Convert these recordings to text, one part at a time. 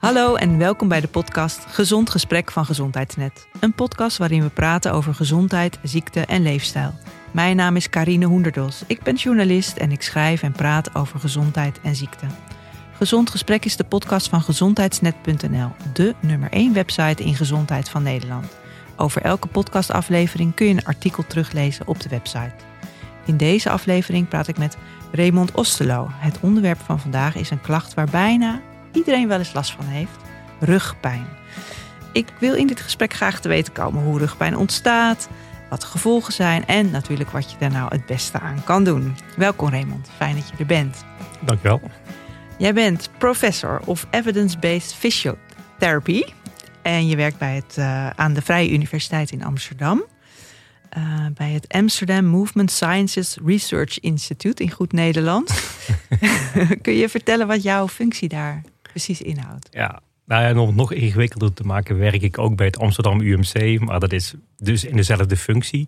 Hallo en welkom bij de podcast Gezond Gesprek van Gezondheidsnet. Een podcast waarin we praten over gezondheid, ziekte en leefstijl. Mijn naam is Carine Hoenderdos. Ik ben journalist en ik schrijf en praat over gezondheid en ziekte. Gezond Gesprek is de podcast van gezondheidsnet.nl, de nummer 1 website in gezondheid van Nederland. Over elke podcastaflevering kun je een artikel teruglezen op de website. In deze aflevering praat ik met Raymond Osterlo. Het onderwerp van vandaag is een klacht waar bijna iedereen wel eens last van heeft: rugpijn. Ik wil in dit gesprek graag te weten komen hoe rugpijn ontstaat, wat de gevolgen zijn en natuurlijk wat je daar nou het beste aan kan doen. Welkom Raymond, fijn dat je er bent. Dankjewel. Jij bent Professor of Evidence-Based Physiotherapy en je werkt bij aan de Vrije Universiteit in Amsterdam. Bij het Amsterdam Movement Sciences Research Institute in goed Nederlands. Kun je vertellen wat jouw functie daar precies inhoudt? Ja, nou ja, om het nog ingewikkelder te maken werk ik ook bij het Amsterdam UMC, maar dat is dus in dezelfde functie.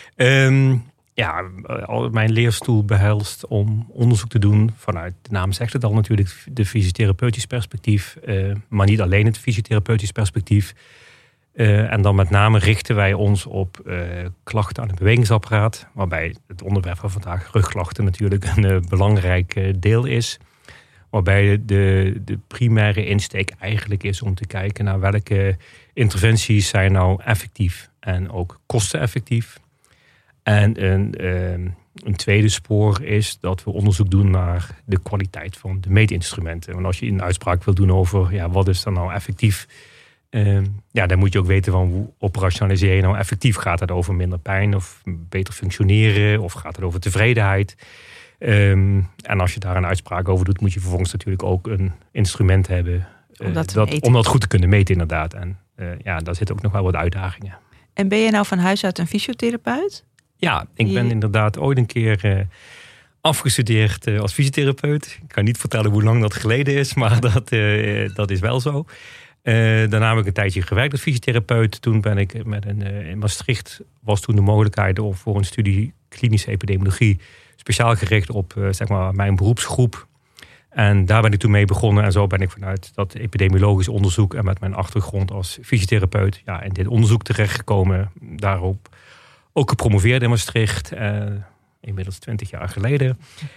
Mijn leerstoel behelst om onderzoek te doen vanuit, de naam zegt het al natuurlijk, de fysiotherapeutisch perspectief, maar niet alleen het fysiotherapeutisch perspectief. En dan met name richten wij ons op klachten aan het bewegingsapparaat, waarbij het onderwerp van vandaag, rugklachten, natuurlijk een belangrijk deel is. Waarbij de primaire insteek eigenlijk is om te kijken naar welke interventies zijn nou effectief en ook kosteneffectief. En een tweede spoor is dat we onderzoek doen naar de kwaliteit van de meetinstrumenten. Want als je een uitspraak wil doen over wat is dan nou effectief, dan moet je ook weten van hoe operationaliseer je nou effectief. Gaat het over minder pijn of beter functioneren of gaat het over tevredenheid? En als je daar een uitspraak over doet, moet je vervolgens natuurlijk ook een instrument hebben om dat goed te kunnen meten inderdaad. En daar zitten ook nog wel wat uitdagingen. En ben je nou van huis uit een fysiotherapeut? Ja, ik ben inderdaad ooit een keer afgestudeerd als fysiotherapeut. Ik kan niet vertellen hoe lang dat geleden is, maar dat is wel zo. Daarna heb ik een tijdje gewerkt als fysiotherapeut. Toen ben ik in Maastricht was toen de mogelijkheid om voor een studie klinische epidemiologie speciaal gericht op mijn beroepsgroep. En daar ben ik toen mee begonnen. En zo ben ik vanuit dat epidemiologisch onderzoek en met mijn achtergrond als fysiotherapeut in dit onderzoek terechtgekomen. Daarop ook gepromoveerd in Maastricht. Inmiddels 20 jaar geleden.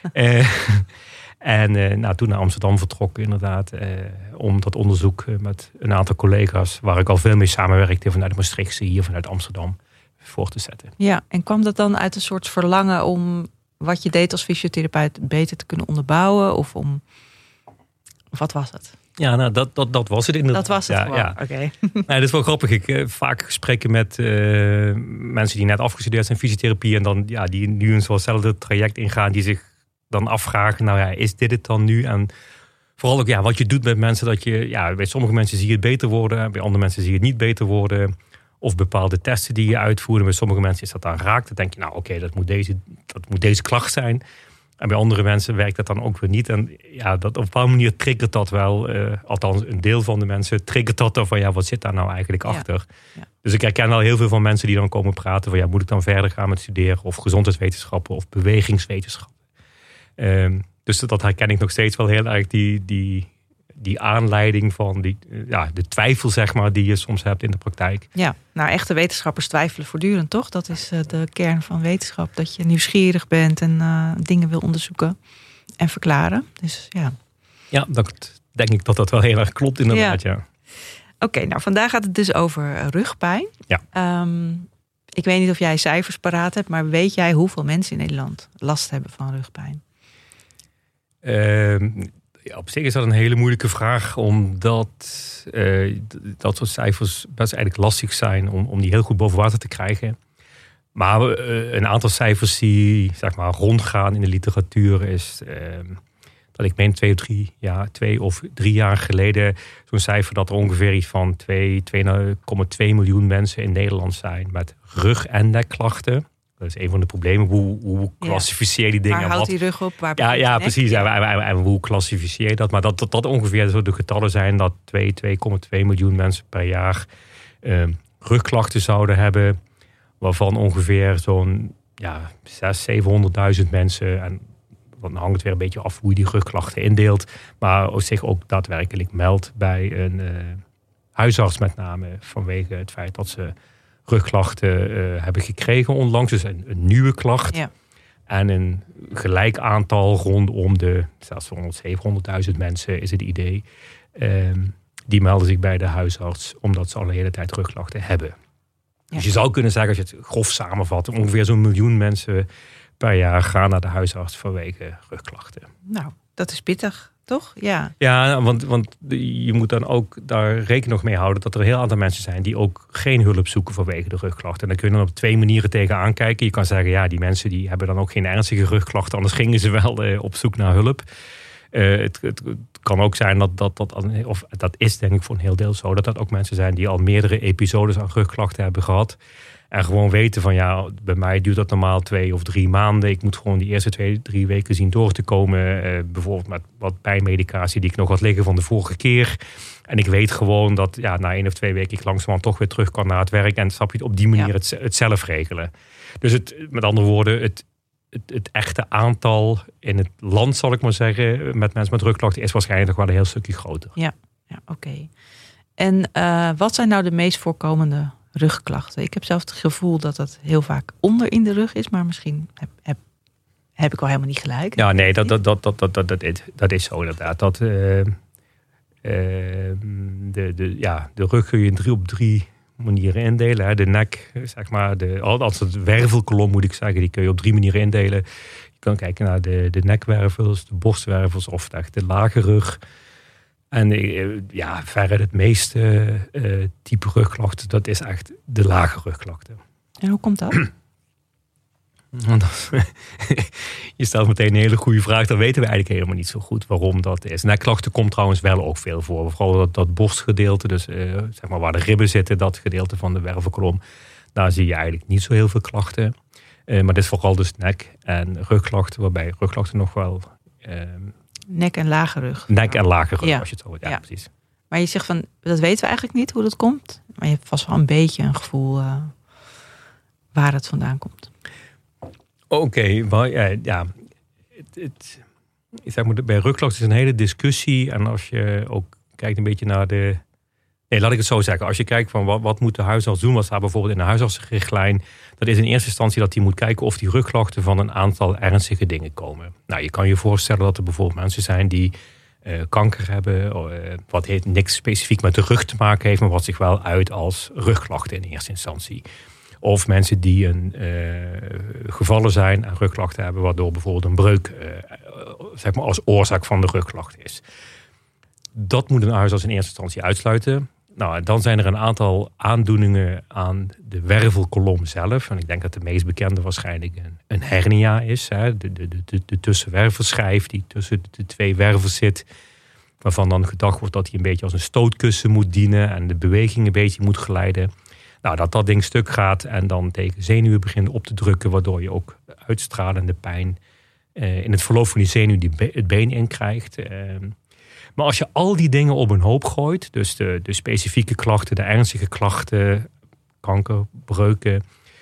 Toen naar Amsterdam vertrokken inderdaad. Om dat onderzoek met een aantal collega's, waar ik al veel mee samenwerkte vanuit de Maastrichtse, hier vanuit Amsterdam, voor te zetten. Ja, en kwam dat dan uit een soort verlangen om wat je deed als fysiotherapeut beter te kunnen onderbouwen? Of wat was het? Ja, nou, dat was het inderdaad. Dat was het gewoon, oké. Dat is wel grappig. Ik vaak gesprekken met mensen die net afgestudeerd zijn fysiotherapie en dan die nu een zo'nzelfde traject ingaan, die zich dan afvragen, is dit het dan nu? En vooral ook wat je doet met mensen, dat je, bij sommige mensen zie je het beter worden, bij andere mensen zie je het niet beter worden. Of bepaalde testen die je uitvoert. Bij sommige mensen is dat dan raakt. Dan denk je, dat moet deze klacht zijn. En bij andere mensen werkt dat dan ook weer niet. En op een bepaalde manier triggert dat wel. Althans, een deel van de mensen triggert dat dan van, wat zit daar nou eigenlijk achter? Ja. Dus ik herken al heel veel van mensen die dan komen praten van, moet ik dan verder gaan met studeren? Of gezondheidswetenschappen of bewegingswetenschappen. Dus dat herken ik nog steeds wel heel erg, die aanleiding van de twijfel, die je soms hebt in de praktijk. Ja, nou echte wetenschappers twijfelen voortdurend, toch? Dat is de kern van wetenschap, dat je nieuwsgierig bent en dingen wil onderzoeken en verklaren. Dus ja. Ja, dat denk ik dat wel heel erg klopt inderdaad, ja. Oké, nou vandaag gaat het dus over rugpijn. Ja. Ik weet niet of jij cijfers paraat hebt, maar weet jij hoeveel mensen in Nederland last hebben van rugpijn? Op zich is dat een hele moeilijke vraag, omdat dat soort cijfers best eigenlijk lastig zijn om die heel goed boven water te krijgen. Maar een aantal cijfers die rondgaan in de literatuur is dat ik meen 2 of 3 jaar geleden zo'n cijfer dat er ongeveer iets van 2,2 miljoen mensen in Nederland zijn met rug- en nekklachten. Dat is een van de problemen. Hoe klassificeer je die dingen? Waar houdt die rug op? Ja, precies. En hoe klassificeer je dat? Maar dat ongeveer zo de getallen zijn dat 2,2 miljoen mensen per jaar rugklachten zouden hebben. Waarvan ongeveer zo'n 600.000, 700.000 mensen en dan hangt het weer een beetje af hoe je die rugklachten indeelt. Maar zich ook daadwerkelijk meldt bij een huisarts met name. Vanwege het feit dat ze rugklachten hebben gekregen onlangs. Dus een nieuwe klacht. Ja. En een gelijk aantal rondom zelfs 700.000 mensen is het idee. Die melden zich bij de huisarts omdat ze al de hele tijd rugklachten hebben. Ja. Dus je zou kunnen zeggen, als je het grof samenvat, ongeveer zo'n 1 miljoen mensen per jaar gaan naar de huisarts vanwege rugklachten. Nou, dat is pittig, toch? Ja, ja, want je moet dan ook daar rekening nog mee houden dat er een heel aantal mensen zijn die ook geen hulp zoeken vanwege de rugklachten. En dan kun je dan op 2 manieren tegenaan kijken. Je kan zeggen, ja, die mensen die hebben dan ook geen ernstige rugklachten, anders gingen ze wel op zoek naar hulp. Het kan ook zijn dat is denk ik voor een heel deel zo, dat ook mensen zijn die al meerdere episodes aan rugklachten hebben gehad. En gewoon weten van ja, bij mij duurt dat normaal 2 of 3 maanden. Ik moet gewoon die eerste 2-3 weken zien door te komen. Bijvoorbeeld met wat bijmedicatie die ik nog had liggen van de vorige keer. En ik weet gewoon dat na 1 of 2 weken ik langzamerhand toch weer terug kan naar het werk. En snap je op die manier het zelf regelen. Dus met andere woorden, het echte aantal in het land, zal ik maar zeggen, met mensen met rugklachten is waarschijnlijk nog wel een heel stukje groter. Ja, oké. En wat zijn nou de meest voorkomende rugklachten? Ik heb zelf het gevoel dat dat heel vaak onder in de rug is, maar misschien heb ik al helemaal niet gelijk. Ja, nee, dat is zo inderdaad. Dat de rug kun je op 3 manieren indelen. Hè. De nek, zeg maar, het wervelkolom moet ik zeggen, die kun je op 3 manieren indelen. Je kan kijken naar de nekwervels, de borstwervels of echt de lage rug. En verre het meeste type rugklachten, dat is echt de lage rugklachten. En hoe komt dat? Je stelt meteen een hele goede vraag. Dan weten we eigenlijk helemaal niet zo goed waarom dat is. Nekklachten komt trouwens wel ook veel voor. Vooral dat borstgedeelte, dus zeg maar waar de ribben zitten, dat gedeelte van de wervelkolom. Daar zie je eigenlijk niet zo heel veel klachten. Maar dit is vooral dus nek- en rugklachten, waarbij rugklachten nog wel... nek en lage rug. Nek en lage rug, als je het zo ja, precies. Maar je zegt van, dat weten we eigenlijk niet hoe dat komt. Maar je hebt vast wel een beetje een gevoel waar het vandaan komt. Oké, maar zeg maar, bij rugklachten is een hele discussie. En als je ook kijkt een beetje naar de... Nee, laat ik het zo zeggen. Als je kijkt van wat moet de huisarts doen, wat staat bijvoorbeeld in de huisartsenrichtlijn, dat is in eerste instantie dat hij moet kijken of die rugklachten van een aantal ernstige dingen komen. Nou, je kan je voorstellen dat er bijvoorbeeld mensen zijn die kanker hebben, wat niks specifiek met de rug te maken heeft, maar wat zich wel uit als rugklachten in eerste instantie. Of mensen die gevallen zijn en rugklachten hebben, waardoor bijvoorbeeld een breuk zeg maar als oorzaak van de rugklacht is. Dat moet een huisarts in eerste instantie uitsluiten. Nou, dan zijn er een aantal aandoeningen aan de wervelkolom zelf. En ik denk dat de meest bekende waarschijnlijk een hernia is. Hè? De tussenwervelschijf die tussen de 2 wervels zit. Waarvan dan gedacht wordt dat hij een beetje als een stootkussen moet dienen. En de beweging een beetje moet geleiden. Nou, dat ding stuk gaat en dan tegen zenuwen begint op te drukken. Waardoor je ook uitstralende pijn in het verloop van die zenuw het been in krijgt. Maar als je al die dingen op een hoop gooit, dus de specifieke klachten, de ernstige klachten, kanker, breuken,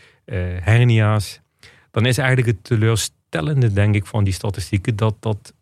hernia's, dan is eigenlijk het teleurstellende, denk ik, van die statistieken dat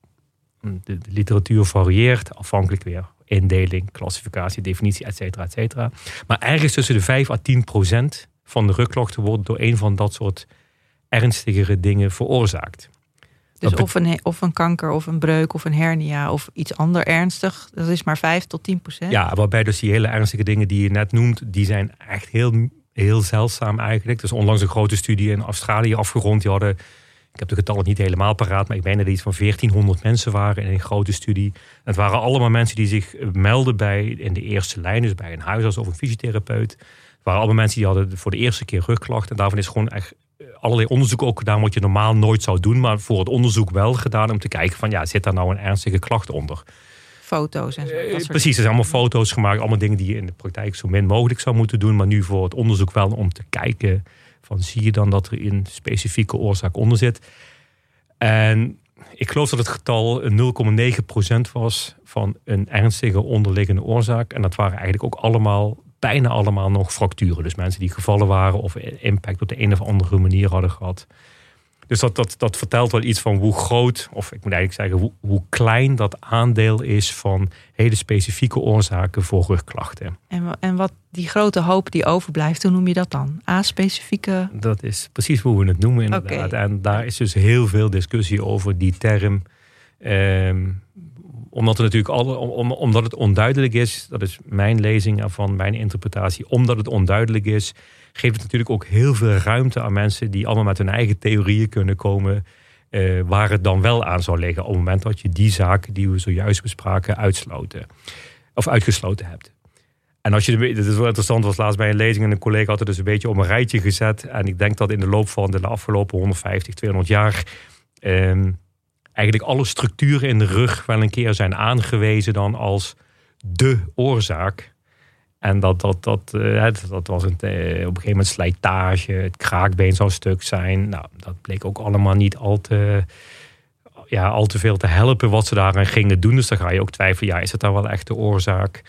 de literatuur varieert, afhankelijk weer indeling, klassificatie, definitie, et cetera. Maar ergens tussen de 5-10% van de rugklachten wordt door een van dat soort ernstigere dingen veroorzaakt. Dus of een kanker, of een breuk, of een hernia, of iets ander ernstig. Dat is maar 5-10%. Ja, waarbij dus die hele ernstige dingen die je net noemt, die zijn echt heel, heel zeldzaam eigenlijk. Dus onlangs een grote studie in Australië afgerond. Die hadden, ik heb de getallen niet helemaal paraat, maar ik meen dat iets van 1400 mensen waren in een grote studie. En het waren allemaal mensen die zich melden in de eerste lijn, dus bij een huisarts of een fysiotherapeut. Het waren allemaal mensen die hadden voor de eerste keer rugklachten. En daarvan is gewoon echt allerlei onderzoek ook gedaan wat je normaal nooit zou doen, maar voor het onderzoek wel gedaan om te kijken van zit daar nou een ernstige klacht onder? Foto's en zo. Precies, er zijn allemaal foto's gemaakt, allemaal dingen die je in de praktijk zo min mogelijk zou moeten doen, maar nu voor het onderzoek wel om te kijken van zie je dan dat er een specifieke oorzaak onder zit. En ik geloof dat het getal 0,9% was van een ernstige onderliggende oorzaak en dat waren eigenlijk ook bijna allemaal nog fracturen. Dus mensen die gevallen waren of impact op de een of andere manier hadden gehad. Dus dat vertelt wel iets van hoe groot, of ik moet eigenlijk zeggen hoe klein dat aandeel is van hele specifieke oorzaken voor rugklachten. En wat die grote hoop die overblijft, hoe noem je dat dan? A-specifieke? Dat is precies hoe we het noemen inderdaad. Okay. En daar is dus heel veel discussie over die term. Omdat er natuurlijk omdat het onduidelijk is, dat is mijn lezing ervan, mijn interpretatie. Omdat het onduidelijk is, geeft het natuurlijk ook heel veel ruimte aan mensen die allemaal met hun eigen theorieën kunnen komen. Waar het dan wel aan zou liggen op het moment dat je die zaken die we zojuist bespraken uitgesloten hebt. En als je, het is wel interessant, was laatst bij een lezing en een collega had het dus een beetje op een rijtje gezet. En ik denk dat in de loop van de afgelopen 150, 200 jaar eigenlijk alle structuren in de rug wel een keer zijn aangewezen dan als de oorzaak. En dat was op een gegeven moment slijtage, het kraakbeen zou stuk zijn. Nou, dat bleek ook allemaal niet al te veel te helpen wat ze daaraan gingen doen. Dus dan ga je ook twijfelen, is het daar wel echt de oorzaak?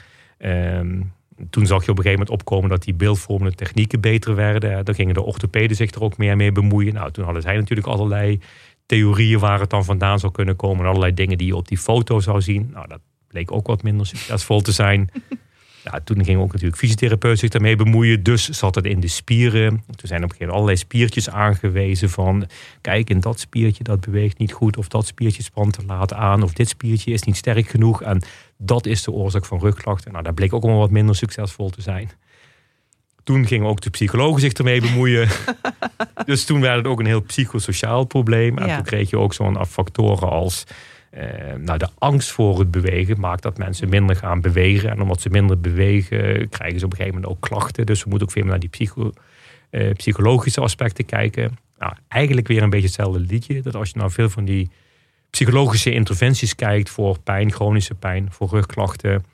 Toen zag je op een gegeven moment opkomen dat die beeldvormende technieken beter werden. Dan gingen de orthopeden zich er ook meer mee bemoeien. Nou, toen hadden zij natuurlijk allerlei theorieën waar het dan vandaan zou kunnen komen. En allerlei dingen die je op die foto zou zien. Nou, dat bleek ook wat minder succesvol te zijn. Ja, toen ging ook natuurlijk fysiotherapeut zich daarmee bemoeien. Dus zat het in de spieren. Toen zijn op een gegeven moment allerlei spiertjes aangewezen van, kijk, in dat spiertje dat beweegt niet goed. Of dat spiertje spant te laat aan. Of dit spiertje is niet sterk genoeg. En dat is de oorzaak van rugklachten. Nou, dat bleek ook allemaal wat minder succesvol te zijn. Toen gingen ook de psychologen zich ermee bemoeien. Dus toen werd het ook een heel psychosociaal probleem. En toen kreeg je ook zo'n factoren als de angst voor het bewegen maakt dat mensen minder gaan bewegen. En omdat ze minder bewegen, krijgen ze op een gegeven moment ook klachten. Dus we moeten ook veel meer naar die psychologische aspecten kijken. Nou, eigenlijk weer een beetje hetzelfde liedje. Dat als je nou veel van die psychologische interventies kijkt voor pijn, chronische pijn, voor rugklachten.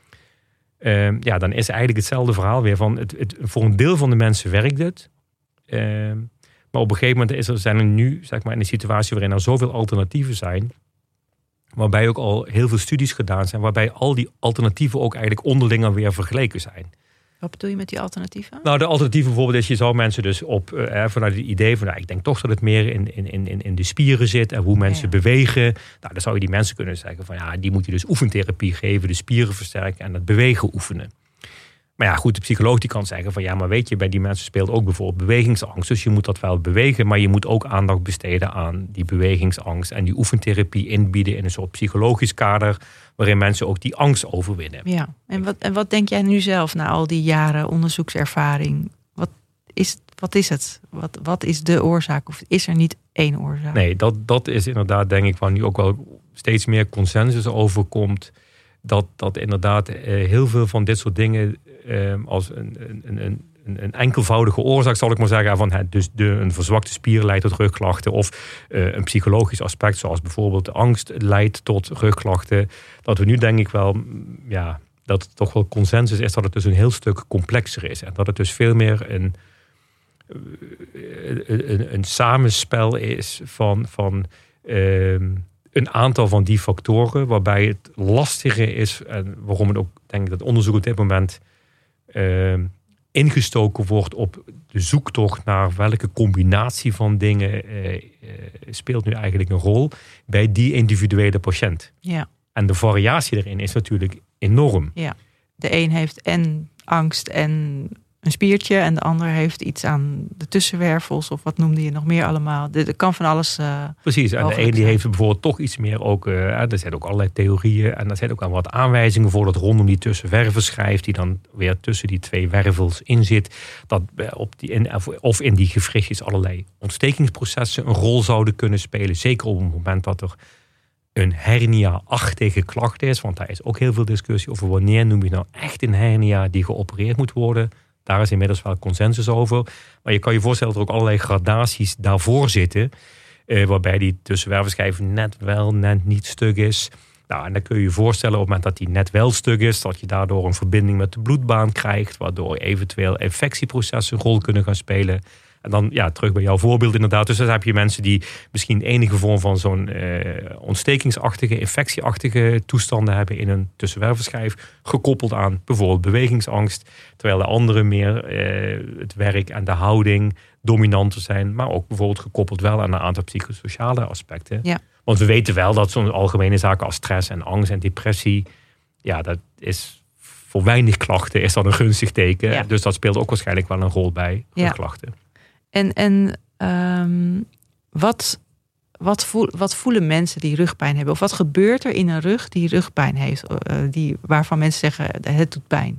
Dan is eigenlijk hetzelfde verhaal weer van voor een deel van de mensen werkt het. Maar op een gegeven moment zijn er nu, zeg maar, in een situatie waarin er zoveel alternatieven zijn, waarbij ook al heel veel studies gedaan zijn, waarbij al die alternatieven ook eigenlijk onderling weer vergeleken zijn. Wat bedoel je met die alternatieven? Nou, de alternatieven bijvoorbeeld is, je zou mensen dus vanuit het idee van, ik denk toch dat het meer in de spieren zit en hoe mensen bewegen. Nou, dan zou je die mensen kunnen zeggen van, die moet je dus oefentherapie geven, de spieren versterken en het bewegen oefenen. Maar ja, goed, de psycholoog die kan zeggen van, maar weet je, bij die mensen speelt ook bijvoorbeeld bewegingsangst. Dus je moet dat wel bewegen, maar je moet ook aandacht besteden aan die bewegingsangst en die oefentherapie inbieden in een soort psychologisch kader, waarin mensen ook die angst overwinnen. Ja, en wat denk jij nu zelf na al die jaren onderzoekservaring? Wat is het? Wat is de oorzaak? Of is er niet één oorzaak? Nee, dat is inderdaad, denk ik, waar nu ook wel steeds meer consensus over komt. Dat inderdaad heel veel van dit soort dingen als een enkelvoudige oorzaak, zal ik maar zeggen, van een verzwakte spier leidt tot rugklachten, of een psychologisch aspect, zoals bijvoorbeeld de angst leidt tot rugklachten. Dat we nu denk ik wel, dat het toch wel consensus is dat het dus een heel stuk complexer is. En dat het dus veel meer een samenspel is van een aantal van die factoren, waarbij het lastiger is, en waarom het ook, denk ik, dat onderzoek op dit moment ingestoken wordt op de zoektocht naar welke combinatie van dingen speelt nu eigenlijk een rol bij die individuele patiënt. Ja. En de variatie erin is natuurlijk enorm. Ja. De een heeft en angst en een spiertje en de ander heeft iets aan de tussenwervels of wat noemde je nog meer allemaal. Er kan van alles. Precies, en de een die heeft bijvoorbeeld toch iets meer ook. Er zijn ook allerlei theorieën en er zijn ook al wat aanwijzingen voor dat rondom die tussenwervelschijf die dan weer tussen die twee wervels in zit, dat of in die gewrichtjes allerlei ontstekingsprocessen een rol zouden kunnen spelen. Zeker op het moment dat er een hernia-achtige klacht is, want daar is ook heel veel discussie over wanneer noem je nou echt een hernia die geopereerd moet worden. Daar is inmiddels wel consensus over. Maar je kan je voorstellen dat er ook allerlei gradaties daarvoor zitten, waarbij die tussenwervelschijf net wel, net niet stuk is. Nou, en dan kun je je voorstellen op het moment dat die net wel stuk is, dat je daardoor een verbinding met de bloedbaan krijgt, waardoor eventueel infectieprocessen een rol kunnen gaan spelen. En dan terug bij jouw voorbeeld inderdaad. Dus dan heb je mensen die misschien enige vorm van zo'n ontstekingsachtige, infectieachtige toestanden hebben in een tussenwervelschijf, gekoppeld aan bijvoorbeeld bewegingsangst. Terwijl de anderen meer het werk en de houding, dominanter zijn. Maar ook bijvoorbeeld gekoppeld wel aan een aantal psychosociale aspecten. Ja. Want we weten wel dat zo'n algemene zaken als stress en angst en depressie, ja, dat is voor weinig klachten is dat een gunstig teken. Ja. Dus dat speelt ook waarschijnlijk wel een rol bij rugklachten. En wat voelen mensen die rugpijn hebben? Of wat gebeurt er in een rug die rugpijn heeft? Waarvan mensen zeggen, het doet pijn.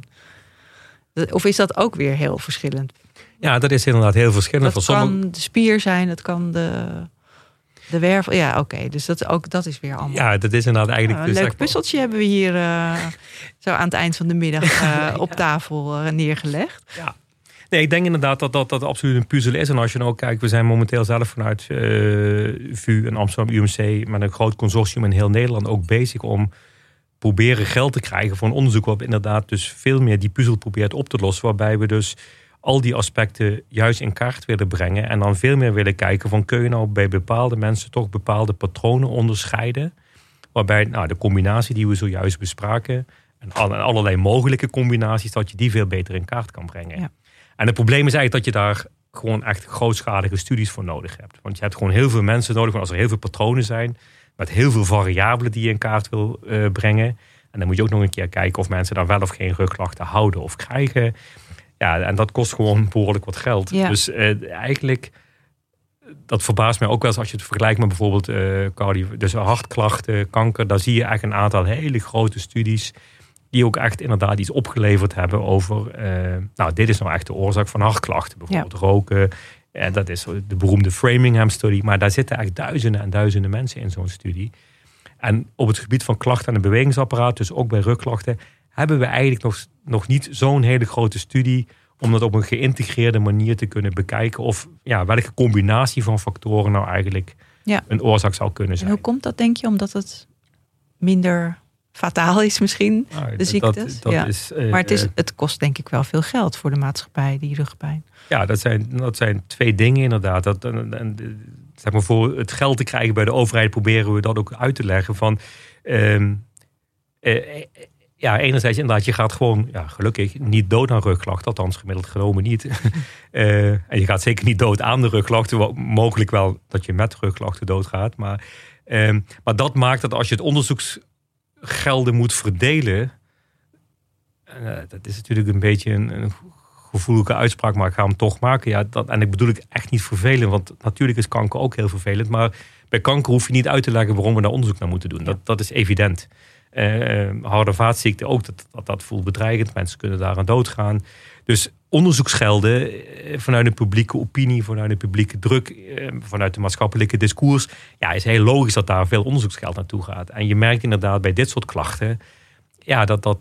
Of is dat ook weer heel verschillend? Ja, dat is inderdaad heel verschillend. Dat kan de spier zijn, dat kan de wervel. Ja, oké. Dus dat is weer allemaal. Ja, dat is inderdaad eigenlijk. Een leuk puzzeltje hebben we hier zo aan het eind van de middag op tafel neergelegd. Ja. Nee, ik denk inderdaad dat absoluut een puzzel is. En als je nou kijkt, we zijn momenteel zelf vanuit VU en Amsterdam UMC met een groot consortium in heel Nederland ook bezig om proberen geld te krijgen voor een onderzoek wat inderdaad dus veel meer die puzzel probeert op te lossen. Waarbij we dus al die aspecten juist in kaart willen brengen. En dan veel meer willen kijken van kun je nou bij bepaalde mensen toch bepaalde patronen onderscheiden. Waarbij de combinatie die we zojuist bespraken en allerlei mogelijke combinaties, dat je die veel beter in kaart kan brengen. Ja. En het probleem is eigenlijk dat je daar gewoon echt grootschalige studies voor nodig hebt. Want je hebt gewoon heel veel mensen nodig. Want als er heel veel patronen zijn met heel veel variabelen die je in kaart wil brengen. En dan moet je ook nog een keer kijken of mensen dan wel of geen rugklachten houden of krijgen. Ja, en dat kost gewoon behoorlijk wat geld. Ja. Dus eigenlijk, dat verbaast mij ook wel eens als je het vergelijkt met bijvoorbeeld dus hartklachten, kanker. Daar zie je echt een aantal hele grote studies die ook echt inderdaad iets opgeleverd hebben over, dit is nou echt de oorzaak van hartklachten. Bijvoorbeeld roken. Dat is de beroemde Framingham-studie. Maar daar zitten echt duizenden en duizenden mensen in zo'n studie. En op het gebied van klachten aan het bewegingsapparaat, dus ook bij rugklachten, hebben we eigenlijk nog niet zo'n hele grote studie om dat op een geïntegreerde manier te kunnen bekijken. Of welke combinatie van factoren nou eigenlijk een oorzaak zou kunnen zijn. En hoe komt dat, denk je? Omdat het minder fataal is misschien, de ziektes? Maar het kost denk ik wel veel geld voor de maatschappij, die rugpijn. Ja, dat zijn twee dingen inderdaad. Zeg maar, voor het geld te krijgen bij de overheid proberen we dat ook uit te leggen. Van, enerzijds inderdaad, je gaat gewoon gelukkig niet dood aan rugklachten. Althans gemiddeld genomen niet. En je gaat zeker niet dood aan de rugklachten. Mogelijk wel dat je met rugklachten doodgaat. Maar dat maakt dat als je het onderzoeksgelden moet verdelen. Dat is natuurlijk een beetje een gevoelige uitspraak, maar ik ga hem toch maken. En ik bedoel ik echt niet vervelend, want natuurlijk is kanker ook heel vervelend. Maar bij kanker hoef je niet uit te leggen waarom we daar onderzoek naar moeten doen. Dat is evident. Hart- en vaatziekten ook, dat voelt bedreigend. Mensen kunnen daaraan doodgaan. Dus onderzoeksgelden vanuit de publieke opinie, vanuit de publieke druk, vanuit de maatschappelijke discours, is heel logisch dat daar veel onderzoeksgeld naartoe gaat. En je merkt inderdaad bij dit soort klachten, dat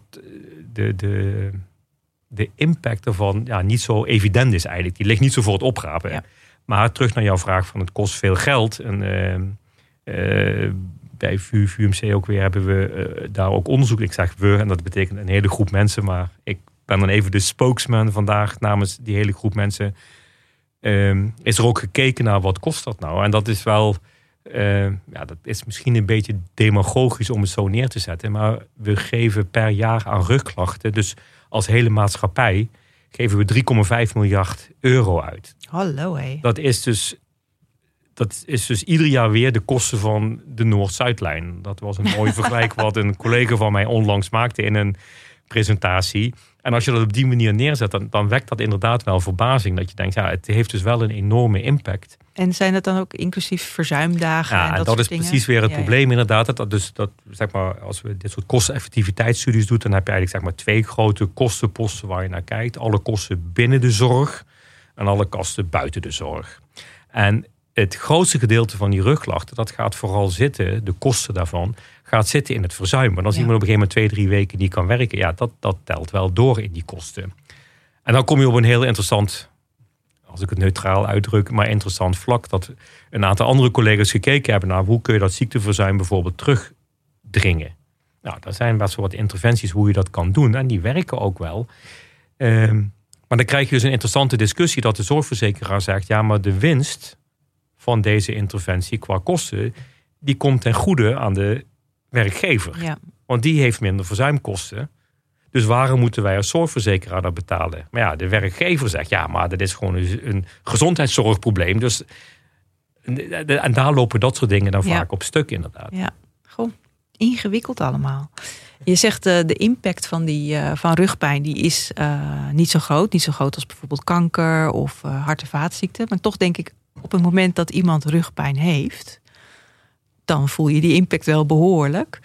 de impact ervan niet zo evident is eigenlijk. Die ligt niet zo voor het oprapen. Ja. Maar terug naar jouw vraag van het kost veel geld. En bij VUMC ook weer hebben we daar ook onderzoek. Ik zeg we, en dat betekent een hele groep mensen. Maar ik ben dan even de spokesman vandaag namens die hele groep mensen. Is er ook gekeken naar wat kost dat nou? En dat is wel, dat is misschien een beetje demagogisch om het zo neer te zetten. Maar we geven per jaar aan rugklachten, dus als hele maatschappij geven we 3,5 miljard euro uit. Hallo hé. Dat is dus ieder jaar weer de kosten van de Noord-Zuidlijn. Dat was een mooi vergelijk wat een collega van mij onlangs maakte in een presentatie. En als je dat op die manier neerzet, dan wekt dat inderdaad wel verbazing. Dat je denkt, het heeft dus wel een enorme impact. En zijn het dan ook inclusief verzuimdagen? En dat is precies weer het probleem inderdaad. Dat zeg maar, als we dit soort kosteneffectiviteitsstudies doen, dan heb je eigenlijk zeg maar 2 grote kostenposten waar je naar kijkt. Alle kosten binnen de zorg en alle kosten buiten de zorg. En het grootste gedeelte van die rugklachten, dat gaat vooral zitten, de kosten daarvan, gaat zitten in het verzuim. Maar dan zien we op een gegeven moment 2-3 weken niet kan werken. Dat telt wel door in die kosten. En dan kom je op een heel interessant, als ik het neutraal uitdruk, maar interessant vlak, dat een aantal andere collega's gekeken hebben naar hoe kun je dat ziekteverzuim bijvoorbeeld terugdringen. Daar zijn best wel wat interventies hoe je dat kan doen. En die werken ook wel. Maar dan krijg je dus een interessante discussie dat de zorgverzekeraar zegt, maar de winst van deze interventie qua kosten, die komt ten goede aan de werkgever. Ja. Want die heeft minder verzuimkosten. Dus waarom moeten wij als zorgverzekeraar dat betalen? Maar ja, de werkgever zegt, ja, maar dat is gewoon een gezondheidszorgprobleem. Dus, en daar lopen dat soort dingen dan vaak op stuk inderdaad. Ja, gewoon ingewikkeld allemaal. Je zegt de impact van rugpijn die is niet zo groot. Niet zo groot als bijvoorbeeld kanker of hart- en vaatziekten. Maar toch denk ik, op het moment dat iemand rugpijn heeft, dan voel je die impact wel behoorlijk.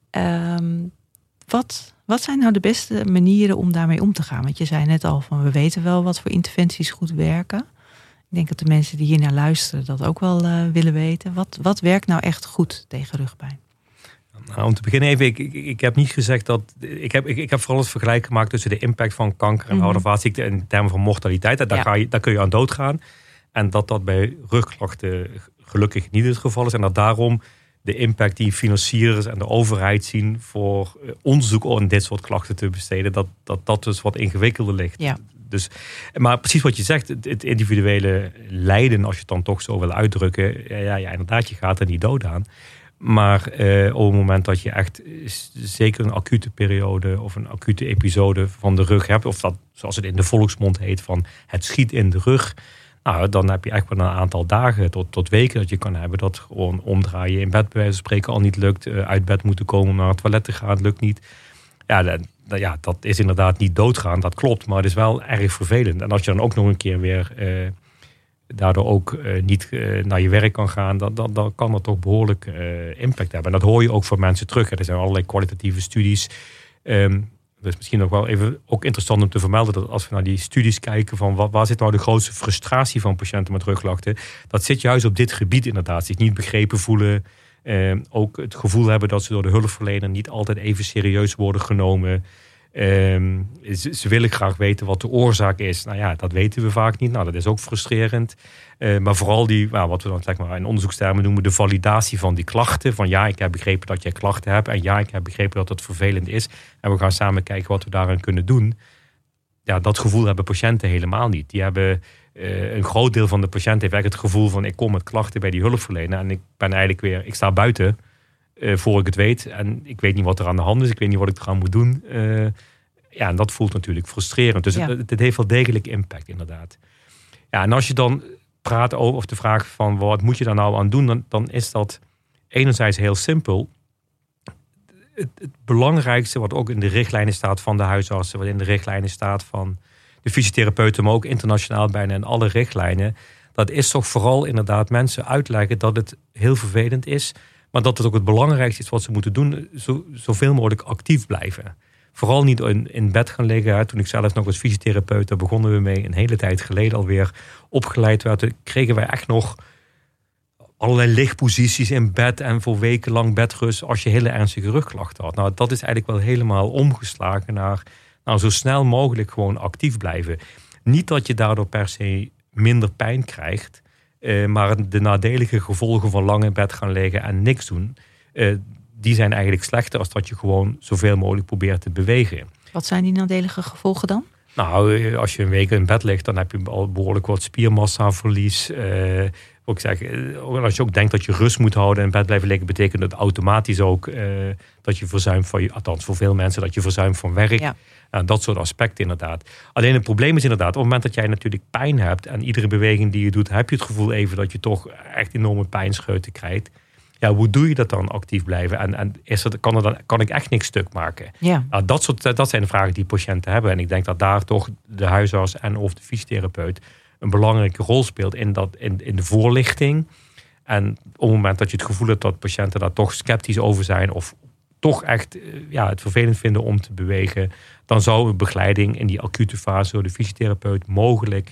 Wat zijn nou de beste manieren om daarmee om te gaan? Want je zei net al van, we weten wel wat voor interventies goed werken. Ik denk dat de mensen die hier naar luisteren dat ook wel willen weten. Wat werkt nou echt goed tegen rugpijn? Nou, om te beginnen even, ik heb niet gezegd dat... Ik heb vooral het vergelijk gemaakt tussen de impact van kanker en hart- en vaatziekten in termen van mortaliteit. Daar kun je aan doodgaan. En dat bij rugklachten gelukkig niet het geval is. En dat daarom de impact die financiers en de overheid zien voor onderzoek om dit soort klachten te besteden, dat dus wat ingewikkelder ligt. Ja. Dus, maar precies wat je zegt, het individuele lijden, als je het dan toch zo wil uitdrukken, ja, inderdaad, je gaat er niet dood aan. Maar op het moment dat je echt zeker een acute periode of een acute episode van de rug hebt, of dat, zoals het in de volksmond heet, van het schiet in de rug, nou, dan heb je echt wel een aantal dagen tot weken dat je kan hebben dat gewoon omdraaien in bed bij wijze van spreken al niet lukt, uit bed moeten komen om naar het toilet te gaan, lukt niet. Ja, dat is inderdaad niet doodgaan, dat klopt, maar het is wel erg vervelend. En als je dan ook nog een keer weer daardoor ook niet naar je werk kan gaan, dan kan dat toch behoorlijk impact hebben. En dat hoor je ook van mensen terug. Er zijn allerlei kwalitatieve studies. Dus misschien nog wel even ook interessant om te vermelden dat als we naar die studies kijken van waar zit nou de grootste frustratie van patiënten met rugklachten, dat zit juist op dit gebied inderdaad. Zich niet begrepen voelen. Ook het gevoel hebben dat ze door de hulpverlener niet altijd even serieus worden genomen. Ze willen graag weten wat de oorzaak is. Nou ja, dat weten we vaak niet. Nou, dat is ook frustrerend. Maar vooral wat we dan zeg maar in onderzoekstermen noemen de validatie van die klachten. Van ja, ik heb begrepen dat jij klachten hebt. En ja, ik heb begrepen dat het vervelend is. En we gaan samen kijken wat we daaraan kunnen doen. Ja, dat gevoel hebben patiënten helemaal niet. Die hebben een groot deel van de patiënten heeft eigenlijk het gevoel van ik kom met klachten bij die hulpverlener. En ik sta buiten. Voor ik het weet. En ik weet niet wat er aan de hand is. Ik weet niet wat ik eraan moet doen. En dat voelt natuurlijk frustrerend. Dus het heeft wel degelijk impact inderdaad. Ja, en als je dan praat over de vraag van wat moet je daar nou aan doen, dan is dat enerzijds heel simpel. Het belangrijkste wat ook in de richtlijnen staat van de huisartsen, wat in de richtlijnen staat van de fysiotherapeuten, maar ook internationaal bijna in alle richtlijnen, dat is toch vooral inderdaad mensen uitleggen dat het heel vervelend is, maar dat het ook het belangrijkste is wat ze moeten doen, zoveel mogelijk actief blijven. Vooral niet in bed gaan liggen. Toen ik zelf nog als fysiotherapeut, daar begonnen we mee een hele tijd geleden alweer opgeleid werd, kregen wij echt nog allerlei lichtposities in bed en voor weken lang bedrust als je hele ernstige rugklachten had. Nou, dat is eigenlijk wel helemaal omgeslagen naar zo snel mogelijk gewoon actief blijven. Niet dat je daardoor per se minder pijn krijgt, maar de nadelige gevolgen van lang in bed gaan liggen en niks doen, die zijn eigenlijk slechter als dat je gewoon zoveel mogelijk probeert te bewegen. Wat zijn die nadelige gevolgen dan? Nou, als je een week in bed ligt, dan heb je al behoorlijk wat spiermassaverlies. Als je ook denkt dat je rust moet houden en in bed blijven liggen, betekent dat automatisch ook dat je verzuimt van althans voor veel mensen, dat je verzuimt van werk. Ja. Dat soort aspecten inderdaad. Alleen het probleem is inderdaad, op het moment dat jij natuurlijk pijn hebt en iedere beweging die je doet, heb je het gevoel even dat je toch echt enorme pijnscheuten krijgt. Ja, hoe doe je dat dan actief blijven? En kan ik echt niks stuk maken? Ja. Nou, dat zijn de vragen die patiënten hebben. En ik denk dat daar toch de huisarts en of de fysiotherapeut een belangrijke rol speelt in de voorlichting. En op het moment dat je het gevoel hebt dat patiënten daar toch sceptisch over zijn of toch echt het vervelend vinden om te bewegen, dan zou een begeleiding in die acute fase door de fysiotherapeut mogelijk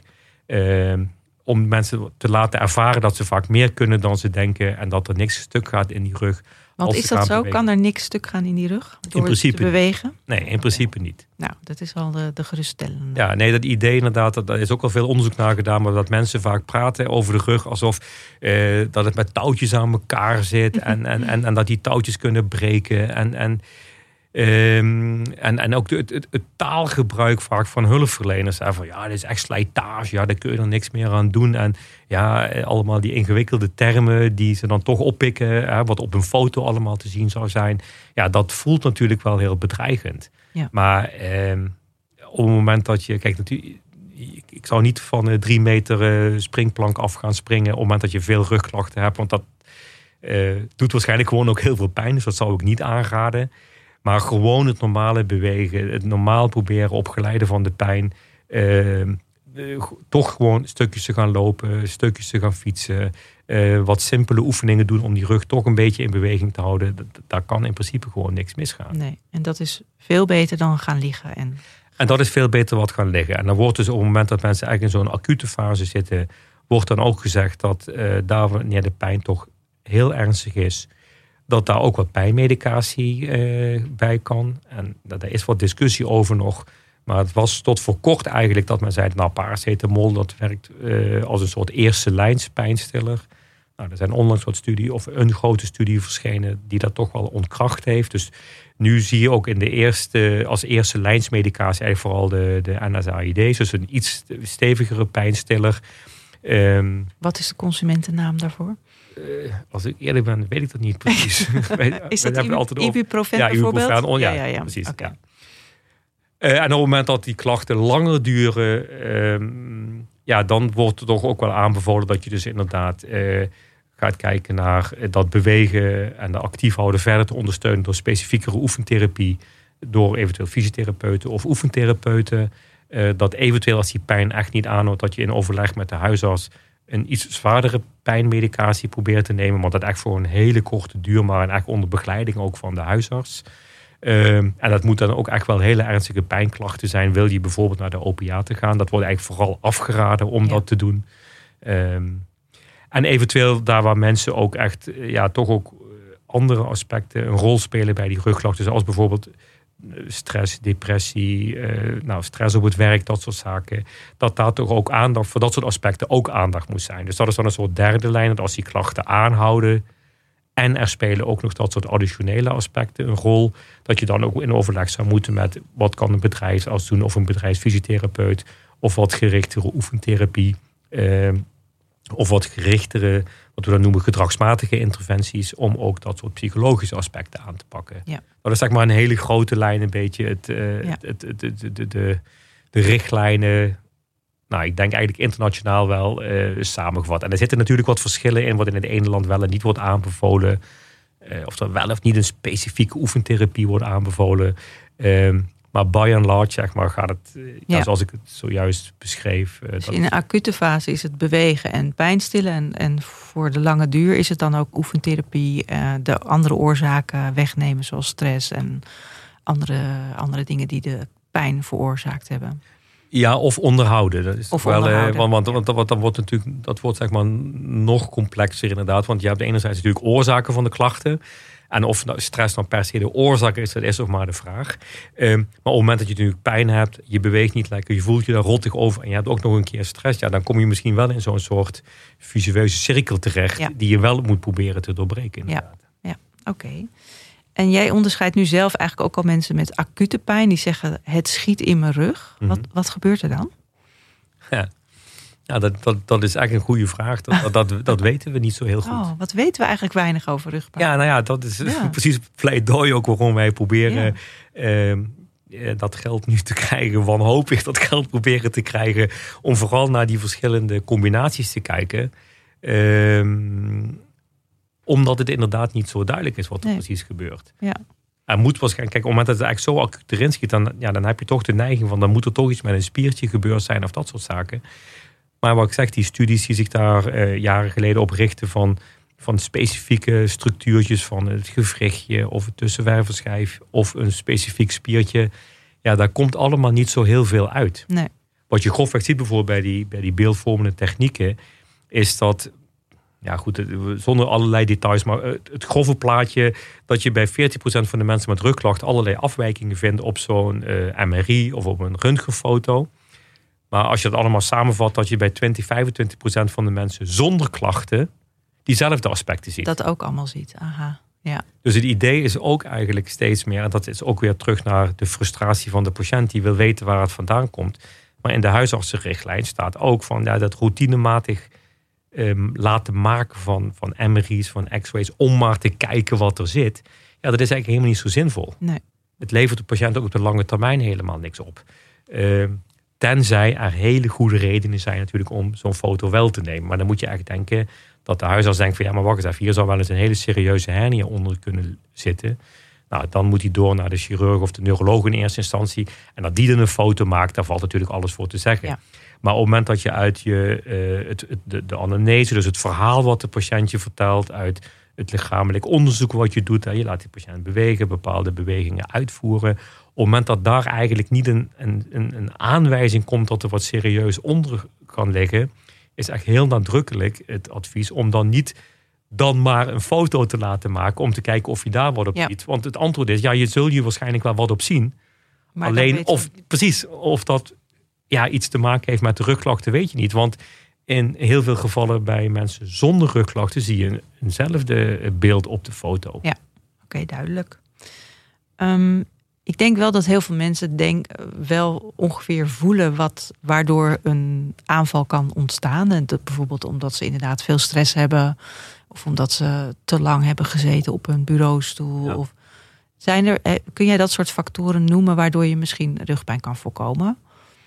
om mensen te laten ervaren dat ze vaak meer kunnen dan ze denken en dat er niks stuk gaat in die rug. Want is dat zo? Bewegen. Kan er niks stuk gaan in die rug door in principe te bewegen? Nee, in principe niet. Nou, dat is wel de geruststellende. Ja, nee, dat idee inderdaad, daar is ook al veel onderzoek naar gedaan, maar dat mensen vaak praten over de rug alsof dat het met touwtjes aan elkaar zit en dat die touwtjes kunnen breken. En En ook het taalgebruik vaak van hulpverleners. Van ja, dit is echt slijtage. Ja, daar kun je er niks meer aan doen. En ja, allemaal die ingewikkelde termen die ze dan toch oppikken. Wat op een foto allemaal te zien zou zijn. Ja, dat voelt natuurlijk wel heel bedreigend. Ja. Maar op het moment dat je... Kijk, natuurlijk, ik zou niet van een 3 meter springplank af gaan springen. Op het moment dat je veel rugklachten hebt. Want dat doet waarschijnlijk gewoon ook heel veel pijn. Dus dat zou ik niet aanraden. Maar gewoon het normale bewegen. Het normaal proberen op geleide van de pijn. Toch gewoon stukjes te gaan lopen. Stukjes te gaan fietsen. Wat simpele oefeningen doen om die rug toch een beetje in beweging te houden. Daar kan in principe gewoon niks misgaan. Nee, en dat is veel beter dan gaan liggen. En dat is veel beter wat gaan liggen. En dan wordt dus op het moment dat mensen eigenlijk in zo'n acute fase zitten... wordt dan ook gezegd dat daar wanneer de pijn toch heel ernstig is... dat daar ook wat pijnmedicatie bij kan. En daar is wat discussie over nog. Maar het was tot voor kort eigenlijk dat men zei... nou, paracetamol, dat werkt als een soort eerste lijns pijnstiller. Nou, er zijn onlangs wat studie of een grote studie verschenen... die dat toch wel ontkracht heeft. Dus nu zie je ook in de als eerste lijnsmedicatie... eigenlijk vooral de NSAID's. Dus een iets stevigere pijnstiller. Wat is de consumentennaam daarvoor? Als ik eerlijk ben, weet ik dat niet precies. Is dat ibuprofen bijvoorbeeld? Ja, precies. Okay. Ja. En op het moment dat die klachten langer duren... dan wordt er toch ook wel aanbevolen... dat je dus inderdaad gaat kijken naar dat bewegen... en de actief houden verder te ondersteunen... door specifiekere oefentherapie... door eventueel fysiotherapeuten of oefentherapeuten... dat eventueel als die pijn echt niet aanhoudt... dat je in overleg met de huisarts... een iets zwaardere pijnmedicatie probeert te nemen... want dat echt voor een hele korte duur... maar en echt onder begeleiding ook van de huisarts. En dat moet dan ook echt wel hele ernstige pijnklachten zijn. Wil je bijvoorbeeld naar de opiaten gaan? Dat wordt eigenlijk vooral afgeraden om dat te doen. En eventueel daar waar mensen ook echt... toch ook andere aspecten een rol spelen bij die rugklachten. Zoals bijvoorbeeld... stress, depressie, stress op het werk, dat soort zaken. Dat daar toch ook aandacht voor dat soort aspecten ook aandacht moet zijn. Dus dat is dan een soort derde lijn. Dat als die klachten aanhouden en er spelen ook nog dat soort additionele aspecten een rol. Dat je dan ook in overleg zou moeten met wat kan een bedrijfsarts doen of een bedrijfsfysiotherapeut of wat gerichtere oefentherapie. Of wat gerichtere, wat we dan noemen gedragsmatige interventies... om ook dat soort psychologische aspecten aan te pakken. Ja. Dat is zeg maar een hele grote lijn, een beetje de richtlijnen... Nou, ik denk eigenlijk internationaal wel samengevat. En er zitten natuurlijk wat verschillen in... wat in het ene land wel en niet wordt aanbevolen. Of er wel of niet een specifieke oefentherapie wordt aanbevolen... Maar by and large, zeg maar, gaat het, zoals ik het zojuist beschreef. Dus in een acute fase is het bewegen en pijnstillen. En voor de lange duur is het dan ook oefentherapie. De andere oorzaken wegnemen, zoals stress en andere dingen die de pijn veroorzaakt hebben. Ja, of onderhouden. Dat is want dan wordt natuurlijk, dat wordt zeg maar nog complexer inderdaad. Want je hebt enerzijds natuurlijk oorzaken van de klachten. En of stress dan per se de oorzaak is, dat is nog maar de vraag. Maar op het moment dat je natuurlijk pijn hebt, je beweegt niet lekker, je voelt je daar rottig over en je hebt ook nog een keer stress, dan kom je misschien wel in zo'n soort visueuze cirkel terecht, die je wel moet proberen te doorbreken. Inderdaad. Ja, oké. En jij onderscheidt nu zelf eigenlijk ook al mensen met acute pijn die zeggen het schiet in mijn rug. Mm-hmm. Wat gebeurt er dan? Ja, dat is eigenlijk een goede vraag. Dat weten we niet zo heel goed. Oh, wat weten we eigenlijk weinig over rugpijn? Ja, nou ja, dat is precies het pleidooi ook waarom wij proberen dat geld nu te krijgen. Wanhopig dat geld proberen te krijgen. Om vooral naar die verschillende combinaties te kijken. Omdat het inderdaad niet zo duidelijk is wat er precies gebeurt. Ja. Er moet waarschijnlijk, kijk, op het moment dat het eigenlijk zo acuut erin schiet, dan heb je toch de neiging van, dan moet er toch iets met een spiertje gebeurd zijn of dat soort zaken. Maar wat ik zeg, die studies die zich daar jaren geleden op richten van specifieke structuurtjes van het gewrichtje of het tussenwervelschijf of een specifiek spiertje, daar komt allemaal niet zo heel veel uit. Nee. Wat je grofweg ziet bijvoorbeeld bij die beeldvormende technieken, is dat, zonder allerlei details, maar het grove plaatje dat je bij 40% van de mensen met rugklachten allerlei afwijkingen vindt op zo'n MRI of op een röntgenfoto. Maar als je dat allemaal samenvat, dat je bij 20-25% van de mensen zonder klachten diezelfde aspecten ziet. Dat ook allemaal ziet, aha. Ja. Dus het idee is ook eigenlijk steeds meer, en dat is ook weer terug naar de frustratie van de patiënt die wil weten waar het vandaan komt. Maar in de huisartsenrichtlijn staat ook van dat routinematig laten maken van MRI's, van x-rays, om maar te kijken wat er zit. Ja, dat is eigenlijk helemaal niet zo zinvol. Nee. Het levert de patiënt ook op de lange termijn helemaal niks op. Tenzij er hele goede redenen zijn natuurlijk om zo'n foto wel te nemen. Maar dan moet je eigenlijk denken dat de huisarts denkt van ja, maar wacht eens even, hier zou wel eens een hele serieuze hernia onder kunnen zitten. Nou, dan moet hij door naar de chirurg of de neuroloog in eerste instantie. En dat die dan een foto maakt, daar valt natuurlijk alles voor te zeggen. Ja. Maar op het moment dat je uit de anamnese, dus het verhaal wat de patiënt je vertelt, uit het lichamelijk onderzoek wat je doet, je laat die patiënt bewegen, bepaalde bewegingen uitvoeren. Op het moment dat daar eigenlijk niet een aanwijzing komt dat er wat serieus onder kan liggen, is echt heel nadrukkelijk het advies om dan niet dan maar een foto te laten maken om te kijken of je daar wat op ziet. Want het antwoord is, je zult je waarschijnlijk wel wat op zien. Maar alleen of dat iets te maken heeft met de rugklachten, weet je niet. Want in heel veel gevallen bij mensen zonder rugklachten zie je eenzelfde beeld op de foto. Ja, oké, duidelijk. Ik denk wel dat heel veel mensen wel ongeveer voelen waardoor een aanval kan ontstaan. En dat bijvoorbeeld omdat ze inderdaad veel stress hebben, of omdat ze te lang hebben gezeten op een bureaustoel. Ja. Of kun jij dat soort factoren noemen waardoor je misschien rugpijn kan voorkomen?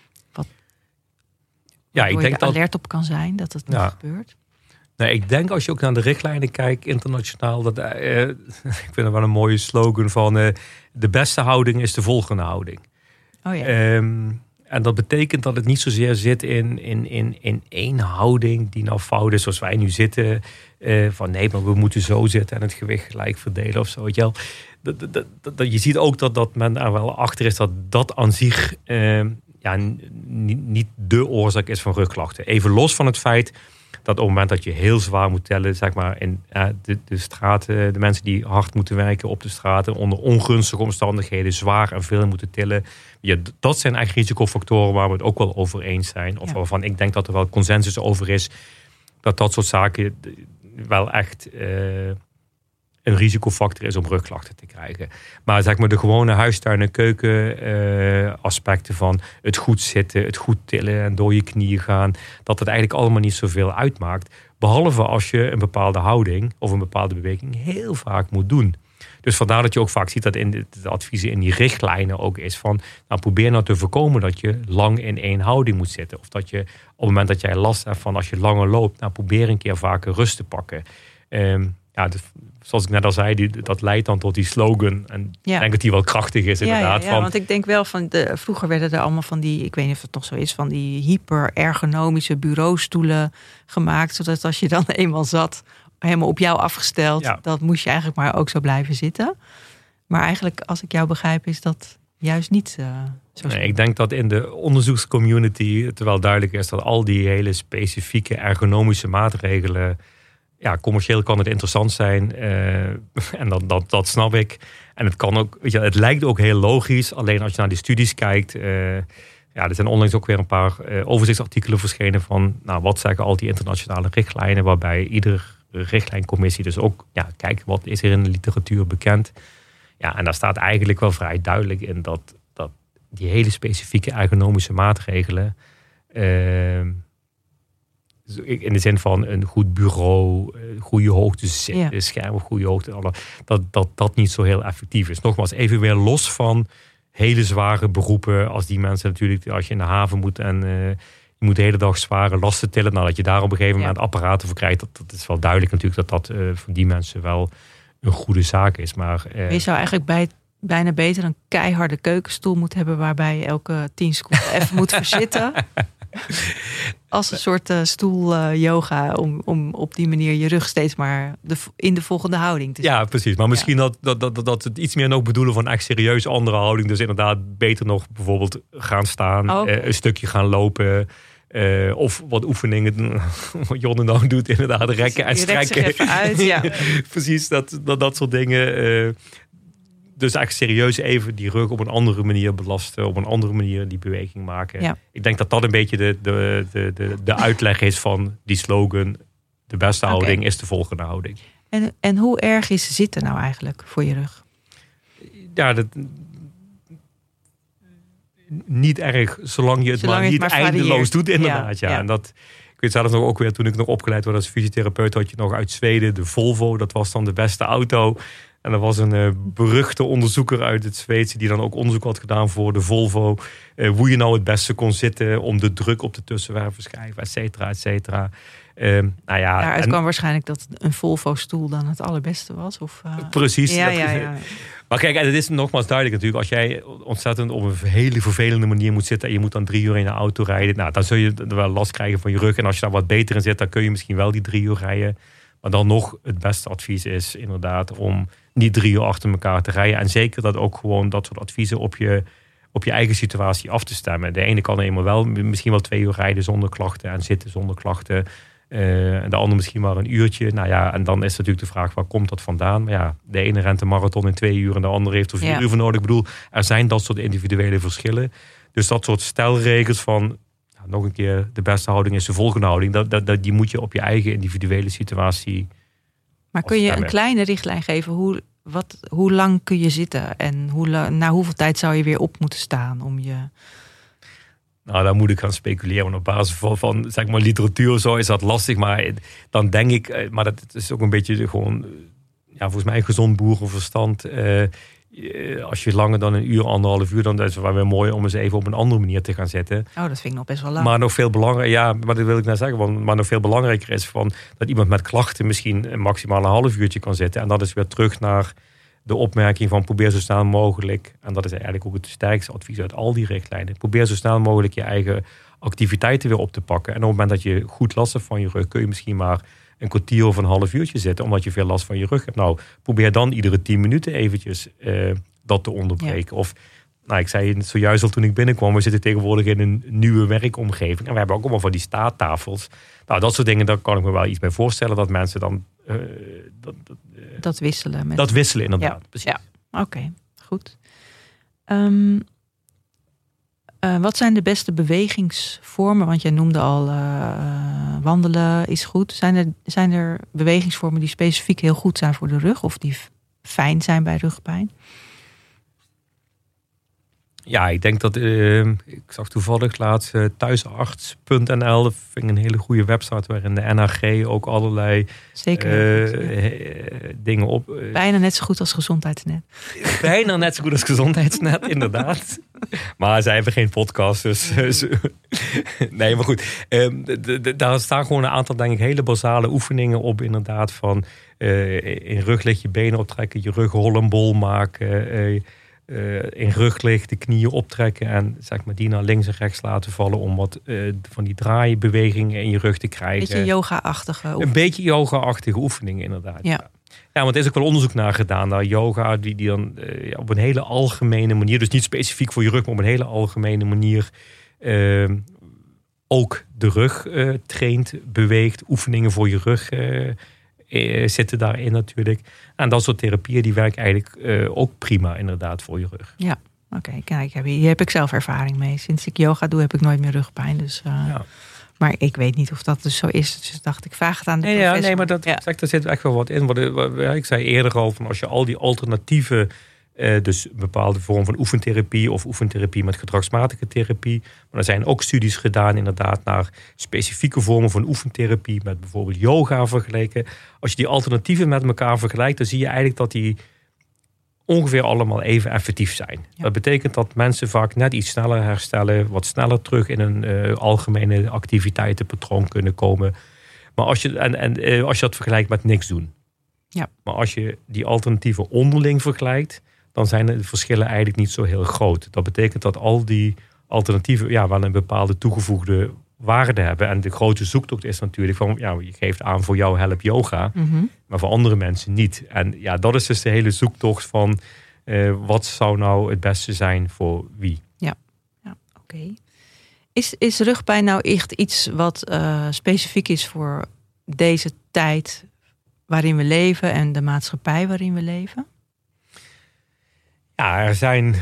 Ik denk dat alert op kan zijn dat het niet gebeurt. Nee, ik denk als je ook naar de richtlijnen kijkt internationaal, ik vind het wel een mooie slogan van de beste houding is de volgende houding. Oh ja. En dat betekent dat het niet zozeer zit in één houding die nou fout is zoals wij nu zitten. Van nee, maar we moeten zo zitten en het gewicht gelijk verdelen of zo. Weet je wel. Je ziet ook dat men er wel achter is dat aan zich niet de oorzaak is van rugklachten. Even los van het feit dat op het moment dat je heel zwaar moet tellen, zeg maar in de straten, de mensen die hard moeten werken op de straten, onder ongunstige omstandigheden zwaar en veel moeten tillen. Ja, dat zijn eigenlijk risicofactoren waar we het ook wel over eens zijn. Of waarvan ik denk dat er wel consensus over is dat soort zaken wel echt een risicofactor is om rugklachten te krijgen. Maar zeg maar de gewone huistuin- en keuken aspecten van het goed zitten, het goed tillen en door je knieën gaan, dat het eigenlijk allemaal niet zoveel uitmaakt. Behalve als je een bepaalde houding of een bepaalde beweging heel vaak moet doen. Dus vandaar dat je ook vaak ziet dat in de adviezen in die richtlijnen ook is van, probeer nou te voorkomen dat je lang in één houding moet zitten. Of dat je op het moment dat jij last hebt van als je langer loopt, probeer een keer vaker rust te pakken. Dus, zoals ik net al zei, dat leidt dan tot die slogan. En ik denk dat die wel krachtig is inderdaad. Ja, want ik denk wel vroeger werden er allemaal van die, ik weet niet of het nog zo is, van die hyper-ergonomische bureaustoelen gemaakt. Zodat als je dan eenmaal zat, helemaal op jou afgesteld, dat moest je eigenlijk maar ook zo blijven zitten. Maar eigenlijk, als ik jou begrijp, is dat juist niet zo. Nee, ik denk dat in de onderzoekscommunity het wel duidelijk is dat al die hele specifieke ergonomische maatregelen, commercieel kan het interessant zijn. En dat snap ik. En het kan ook, het lijkt ook heel logisch. Alleen als je naar die studies kijkt. Er zijn onlangs ook weer een paar overzichtsartikelen verschenen van wat zeggen al die internationale richtlijnen. Waarbij ieder richtlijncommissie dus ook kijkt wat is er in de literatuur bekend. Ja, en daar staat eigenlijk wel vrij duidelijk in dat die hele specifieke ergonomische maatregelen, in de zin van een goed bureau, goede hoogte zitten, scherm, goede hoogte, dat niet zo heel effectief is. Nogmaals, even weer los van hele zware beroepen, als die mensen natuurlijk, als je in de haven moet en je moet de hele dag zware lasten tillen, dat je daar op een gegeven moment apparaten voor krijgt, dat is wel duidelijk natuurlijk dat voor die mensen wel een goede zaak is. Maar je zou eigenlijk bijna beter een keiharde keukenstoel moeten hebben waarbij je elke 10 seconden even moet verzitten. Als een soort stoel yoga om op die manier je rug steeds maar in de volgende houding te zetten. Ja, precies. Maar misschien dat het iets meer nog bedoelen van echt serieus andere houding. Dus inderdaad beter nog bijvoorbeeld gaan staan, een stukje gaan lopen. Of wat oefeningen, wat Jonne nou doet, inderdaad rekken en strekken. Rekt zich even uit, ja. Precies, dat soort dingen. Dus eigenlijk serieus even die rug op een andere manier belasten. Op een andere manier die beweging maken. Ja. Ik denk dat een beetje de uitleg is van die slogan. De beste houding is de volgende houding. En hoe erg is zitten nou eigenlijk voor je rug? Ja, niet erg, zolang je het maar eindeloos doet, inderdaad. Ja. En dat, ik weet zelf nog ook weer, toen ik nog opgeleid werd als fysiotherapeut, had je nog uit Zweden de Volvo. Dat was dan de beste auto. En er was een beruchte onderzoeker uit het Zweedse die dan ook onderzoek had gedaan voor de Volvo. Hoe je nou het beste kon zitten om de druk op de tussenwervelschijf, et cetera, et cetera. Daaruit kwam waarschijnlijk dat een Volvo-stoel dan het allerbeste was. Precies. Ja. Maar kijk, het is nogmaals duidelijk natuurlijk. Als jij ontzettend op een hele vervelende manier moet zitten en je moet dan 3 uur in de auto rijden. Nou, dan zul je wel last krijgen van je rug. En als je daar wat beter in zit, dan kun je misschien wel die 3 uur rijden. Maar dan nog, het beste advies is inderdaad om niet 3 uur achter elkaar te rijden. En zeker dat ook gewoon dat soort adviezen op je eigen situatie af te stemmen. De ene kan eenmaal wel, misschien wel 2 uur rijden zonder klachten en zitten zonder klachten. En de ander misschien maar een uurtje. Nou ja, en dan is natuurlijk de vraag, waar komt dat vandaan? Maar ja, de ene rent een marathon in 2 uur en de andere heeft er 4 uur voor nodig. Ik bedoel, er zijn dat soort individuele verschillen. Dus dat soort stelregels van, nog een keer, de beste houding is de volgende houding. Die moet je op je eigen individuele situatie. Maar kun je een kleine richtlijn geven? Hoe lang kun je zitten? En na hoeveel tijd zou je weer op moeten staan om je... Nou, daar moet ik gaan speculeren. Want op basis van zeg maar, literatuur zo is dat lastig. Maar dan denk ik, maar dat is ook een beetje gewoon, volgens mij een gezond boerenverstand. Als je langer dan 1 uur, 1,5 uur, dan is het wel weer mooi om eens even op een andere manier te gaan zitten. Oh, dat vind ik nog best wel lang. Maar nog veel belangrijker, maar dat wil ik net zeggen. Maar nog veel belangrijker is dat iemand met klachten misschien maximaal een half uurtje kan zitten. En dat is weer terug naar de opmerking van probeer zo snel mogelijk, en dat is eigenlijk ook het sterkste advies uit al die richtlijnen, probeer zo snel mogelijk je eigen activiteiten weer op te pakken. En op het moment dat je goed last hebt van je rug, kun je misschien maar een kwartier of een half uurtje zitten, omdat je veel last van je rug hebt. Nou, probeer dan iedere 10 minuten eventjes dat te onderbreken. Ja. Of, ik zei het zojuist al toen ik binnenkwam, we zitten tegenwoordig in een nieuwe werkomgeving. En we hebben ook allemaal van die staattafels. Nou, dat soort dingen, daar kan ik me wel iets bij voorstellen, dat mensen dan dat wisselen. Dat wisselen, inderdaad. Ja. Precies. Ja. Oké, goed. Wat zijn de beste bewegingsvormen? Want jij noemde al wandelen is goed. Zijn er bewegingsvormen die specifiek heel goed zijn voor de rug? Of die fijn zijn bij rugpijn? Ja, ik denk dat, ik zag toevallig laatst thuisarts.nl, dat vind ik een hele goede website waarin de NHG ook allerlei dingen op. Bijna net zo goed als Gezondheidsnet. Bijna net zo goed als Gezondheidsnet, inderdaad. Maar zij hebben geen podcast, dus nee, maar goed. Daar staan gewoon een aantal, denk ik, hele basale oefeningen op, inderdaad, van in rug je benen optrekken, je rug hollenbol maken, in ruglig de knieën optrekken en zeg maar die naar links en rechts laten vallen om wat van die draaibewegingen in je rug te krijgen. Beetje yoga-achtige oefeningen. Een beetje yoga-achtige oefeningen, inderdaad. Ja, want er is ook wel onderzoek naar gedaan naar yoga die dan op een hele algemene manier, dus niet specifiek voor je rug, maar op een hele algemene manier ook de rug traint, beweegt, oefeningen voor je rug zitten daarin natuurlijk. En dat soort therapieën die werken eigenlijk ook prima inderdaad voor je rug. Ja, oké. Kijk, hier heb ik zelf ervaring mee. Sinds ik yoga doe heb ik nooit meer rugpijn. Dus, maar ik weet niet of dat dus zo is. Dus dacht ik, vraag het aan de professor. Nee, maar daar zit echt wel wat in. Ik zei eerder al, van als je al die alternatieve, dus een bepaalde vorm van oefentherapie of oefentherapie met gedragsmatige therapie. Maar er zijn ook studies gedaan inderdaad naar specifieke vormen van oefentherapie met bijvoorbeeld yoga vergeleken. Als je die alternatieven met elkaar vergelijkt, dan zie je eigenlijk dat die ongeveer allemaal even effectief zijn. Ja. Dat betekent dat mensen vaak net iets sneller herstellen, wat sneller terug in een algemene activiteitenpatroon kunnen komen. Maar als je dat vergelijkt met niks doen. Ja. Maar als je die alternatieven onderling vergelijkt, dan zijn de verschillen eigenlijk niet zo heel groot. Dat betekent dat al die alternatieven wel een bepaalde toegevoegde waarde hebben. En de grote zoektocht is natuurlijk van, je geeft aan voor jou helpt yoga, maar voor andere mensen niet. En dat is dus de hele zoektocht van wat zou nou het beste zijn voor wie. Ja, oké. Is rugpijn nou echt iets wat specifiek is voor deze tijd waarin we leven en de maatschappij waarin we leven? Ja, er zijn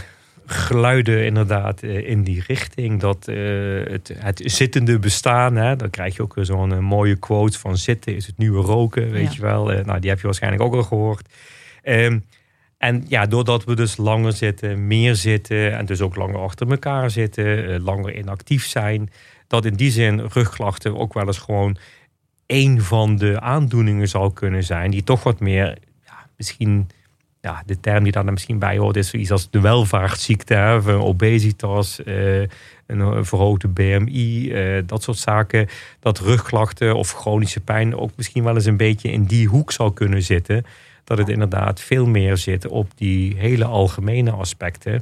geluiden inderdaad in die richting. Dat het zittende bestaan, hè, dan krijg je ook weer zo'n mooie quote van zitten is het nieuwe roken, weet je wel. Nou, die heb je waarschijnlijk ook al gehoord. En ja, doordat we dus langer zitten, meer zitten en dus ook langer achter elkaar zitten, langer inactief zijn, dat in die zin rugklachten ook wel eens gewoon één van de aandoeningen zou kunnen zijn die toch wat meer, misschien, de term die daar misschien bij hoort is zoiets als de welvaartsziekte, hè, obesitas, een verhoogde BMI, dat soort zaken, dat rugklachten of chronische pijn ook misschien wel eens een beetje in die hoek zou kunnen zitten. Dat het inderdaad veel meer zit op die hele algemene aspecten.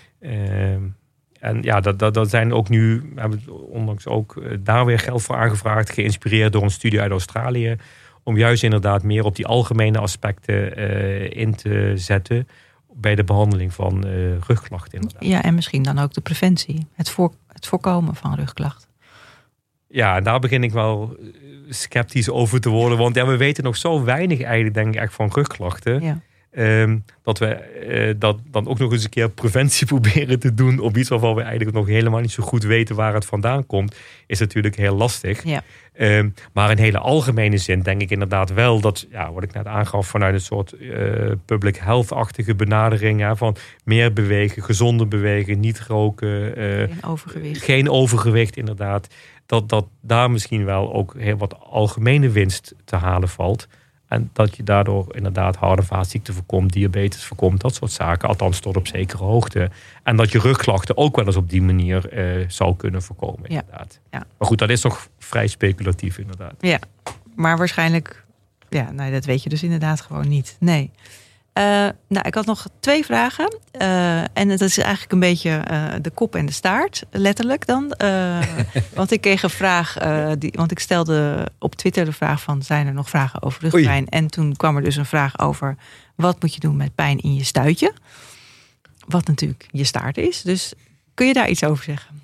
En ja, dat zijn ook nu, we hebben onlangs ook daar weer geld voor aangevraagd, geïnspireerd door een studie uit Australië, om juist inderdaad meer op die algemene aspecten in te zetten bij de behandeling van rugklachten. Inderdaad. Ja, en misschien dan ook de preventie, het voorkomen van rugklachten. Ja, en daar begin ik wel sceptisch over te worden. Want we weten nog zo weinig eigenlijk, denk ik, echt van rugklachten. Ja. Dat we dat dan ook nog eens een keer preventie proberen te doen op iets waarvan we eigenlijk nog helemaal niet zo goed weten waar het vandaan komt, is natuurlijk heel lastig. Ja. Maar in hele algemene zin denk ik inderdaad wel dat, wat ik net aangaf, vanuit een soort public health-achtige benadering, van meer bewegen, gezonder bewegen, niet roken. Geen overgewicht, inderdaad. Dat daar misschien wel ook heel wat algemene winst te halen valt. En dat je daardoor inderdaad hart- en vaatziekten voorkomt, diabetes voorkomt, dat soort zaken. Althans tot op zekere hoogte. En dat je rugklachten ook wel eens op die manier zou kunnen voorkomen, inderdaad. Ja. Maar goed, dat is nog vrij speculatief, inderdaad. Ja, maar waarschijnlijk, dat weet je dus inderdaad gewoon niet. Nee. Ik had nog 2 vragen. En dat is eigenlijk een beetje de kop en de staart, letterlijk dan. Want ik kreeg een vraag, want ik stelde op Twitter de vraag van, zijn er nog vragen over rugpijn? Oei. En toen kwam er dus een vraag over, wat moet je doen met pijn in je stuitje? Wat natuurlijk je staart is. Dus kun je daar iets over zeggen?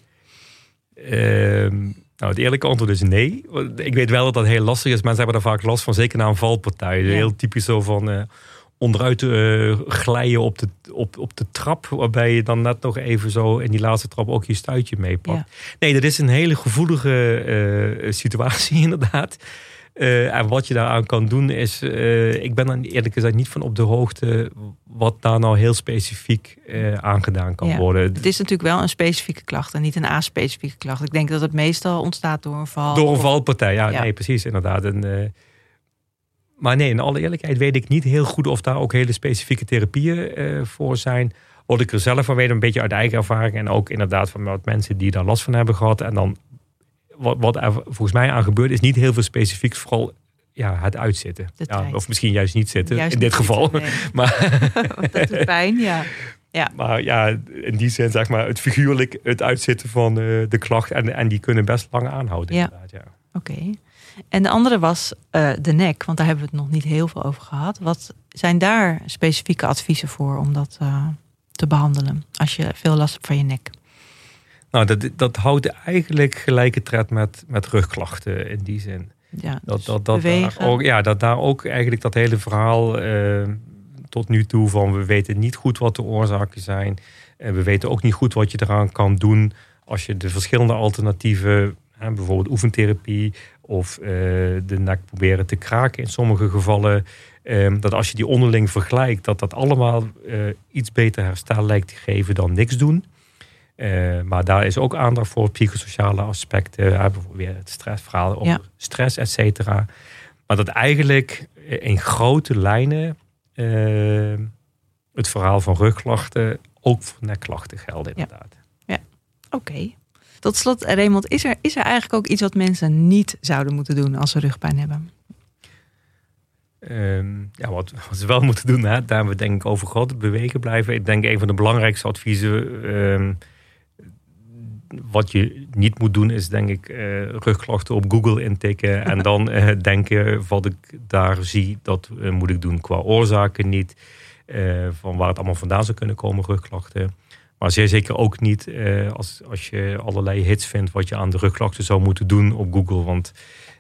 Het eerlijke antwoord is nee. Ik weet wel dat dat heel lastig is. Mensen hebben daar vaak last van, zeker na een valpartij. Ja. Heel typisch zo van onderuit glijden op de trap, waarbij je dan net nog even zo in die laatste trap ook je stuitje meepakt. Ja. Nee, dat is een hele gevoelige situatie inderdaad. En wat je daaraan kan doen is, ik ben dan eerlijk gezegd niet van op de hoogte wat daar nou heel specifiek aangedaan kan worden. Het is natuurlijk wel een specifieke klacht en niet een aspecifieke klacht. Ik denk dat het meestal ontstaat door een val. Door een valpartij, ja. Nee, precies, inderdaad. Maar nee, in alle eerlijkheid weet ik niet heel goed of daar ook hele specifieke therapieën voor zijn. Wat ik er zelf van weet, een beetje uit eigen ervaring en ook inderdaad van wat mensen die daar last van hebben gehad. En dan wat er volgens mij aan gebeurt is niet heel veel specifieks, vooral het uitzitten. Of misschien juist niet zitten, juist in dit geval. Zitten, nee. Maar dat doet pijn, ja. Maar in die zin zeg maar het figuurlijk, het uitzitten van de klacht en die kunnen best lang aanhouden. Ja. Oké. En de andere was de nek, want daar hebben we het nog niet heel veel over gehad. Wat zijn daar specifieke adviezen voor om dat te behandelen als je veel last hebt van je nek? Nou, dat houdt eigenlijk gelijke tred met rugklachten in die zin. Ja, dat daar ook eigenlijk dat hele verhaal tot nu toe van we weten niet goed wat de oorzaken zijn. We weten ook niet goed wat je eraan kan doen als je de verschillende alternatieven, bijvoorbeeld oefentherapie of de nek proberen te kraken in sommige gevallen. Dat als je die onderling vergelijkt, dat allemaal iets beter herstel lijkt te geven dan niks doen. Maar daar is ook aandacht voor psychosociale aspecten. Bijvoorbeeld weer het stressverhaal over stress, et cetera. Maar dat eigenlijk in grote lijnen het verhaal van rugklachten ook voor nekklachten geldt inderdaad. Ja. Oké. Tot slot, Raymond, is er eigenlijk ook iets wat mensen niet zouden moeten doen als ze rugpijn hebben? Wat ze wel moeten doen, daar hebben we denk ik over gehad, bewegen blijven. Ik denk een van de belangrijkste adviezen, wat je niet moet doen, is denk ik rugklachten op Google intikken en dan denken wat ik daar zie, dat moet ik doen qua oorzaken niet, van waar het allemaal vandaan zou kunnen komen, rugklachten. Maar zeer zeker ook niet als je allerlei hits vindt wat je aan de rugklachten zou moeten doen op Google. Want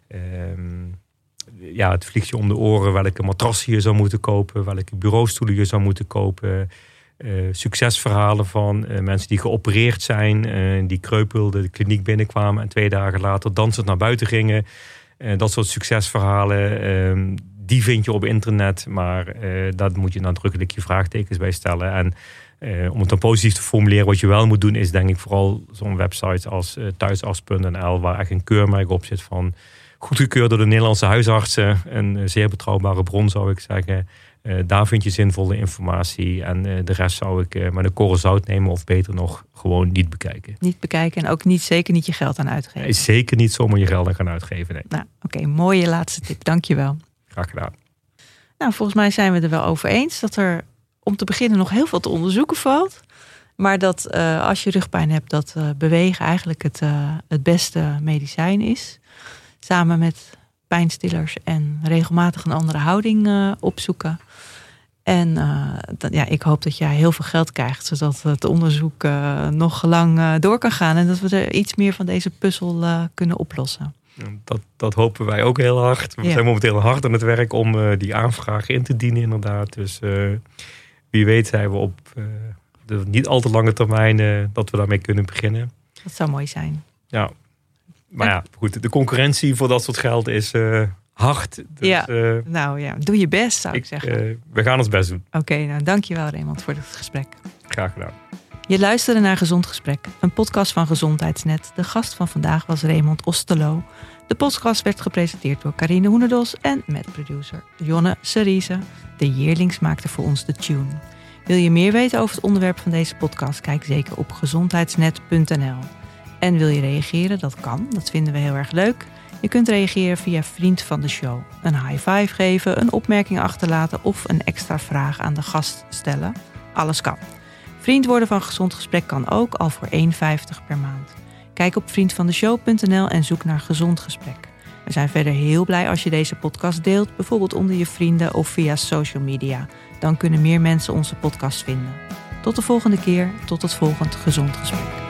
het vliegt je om de oren welke matrassen je zou moeten kopen, welke bureaustoelen je zou moeten kopen. succesverhalen van mensen die geopereerd zijn, die kreupelden de kliniek binnenkwamen en 2 dagen later dansend naar buiten gingen. Dat soort succesverhalen, die vind je op internet, maar daar moet je nadrukkelijk je vraagtekens bij stellen. En om het dan positief te formuleren, wat je wel moet doen, is denk ik vooral zo'n website als thuisarts.nl, waar echt een keurmerk op zit van goedgekeurd door de Nederlandse huisartsen. Een zeer betrouwbare bron, zou ik zeggen. Daar vind je zinvolle informatie. En de rest zou ik met een korrel zout nemen of beter nog gewoon niet bekijken. Niet bekijken en ook zeker niet je geld aan uitgeven. Nee, zeker niet zomaar je geld aan gaan uitgeven. Nee. Nou, oké, mooie laatste tip. Dank je wel. Graag gedaan. Nou, volgens mij zijn we er wel over eens dat er om te beginnen nog heel veel te onderzoeken valt. Maar dat als je rugpijn hebt, dat bewegen eigenlijk het beste medicijn is. Samen met pijnstillers en regelmatig een andere houding opzoeken. En ik hoop dat jij heel veel geld krijgt, zodat het onderzoek nog lang door kan gaan. En dat we er iets meer van deze puzzel kunnen oplossen. Dat hopen wij ook heel hard. We zijn momenteel hard aan het werk om die aanvraag in te dienen inderdaad. Dus wie weet zijn we op de niet al te lange termijn dat we daarmee kunnen beginnen. Dat zou mooi zijn. Ja, maar goed, de concurrentie voor dat soort geld is hard. Dus, doe je best, zou ik zeggen. We gaan ons best doen. Oké, dankjewel Raymond voor dit gesprek. Graag gedaan. Je luisterde naar Gezond Gesprek, een podcast van Gezondheidsnet. De gast van vandaag was Raymond Osterlo. De podcast werd gepresenteerd door Karine Hoenderdos en met producer Jonne Seriese. De Yearlings maakte voor ons de tune. Wil je meer weten over het onderwerp van deze podcast? Kijk zeker op gezondheidsnet.nl. En wil je reageren? Dat kan, dat vinden we heel erg leuk. Je kunt reageren via Vriend van de Show. Een high five geven, een opmerking achterlaten of een extra vraag aan de gast stellen. Alles kan. Vriend worden van Gezond Gesprek kan ook, al voor €1,50 per maand. Kijk op vriendvandeshow.nl en zoek naar Gezond Gesprek. We zijn verder heel blij als je deze podcast deelt, bijvoorbeeld onder je vrienden of via social media. Dan kunnen meer mensen onze podcast vinden. Tot de volgende keer, tot het volgende Gezond Gesprek.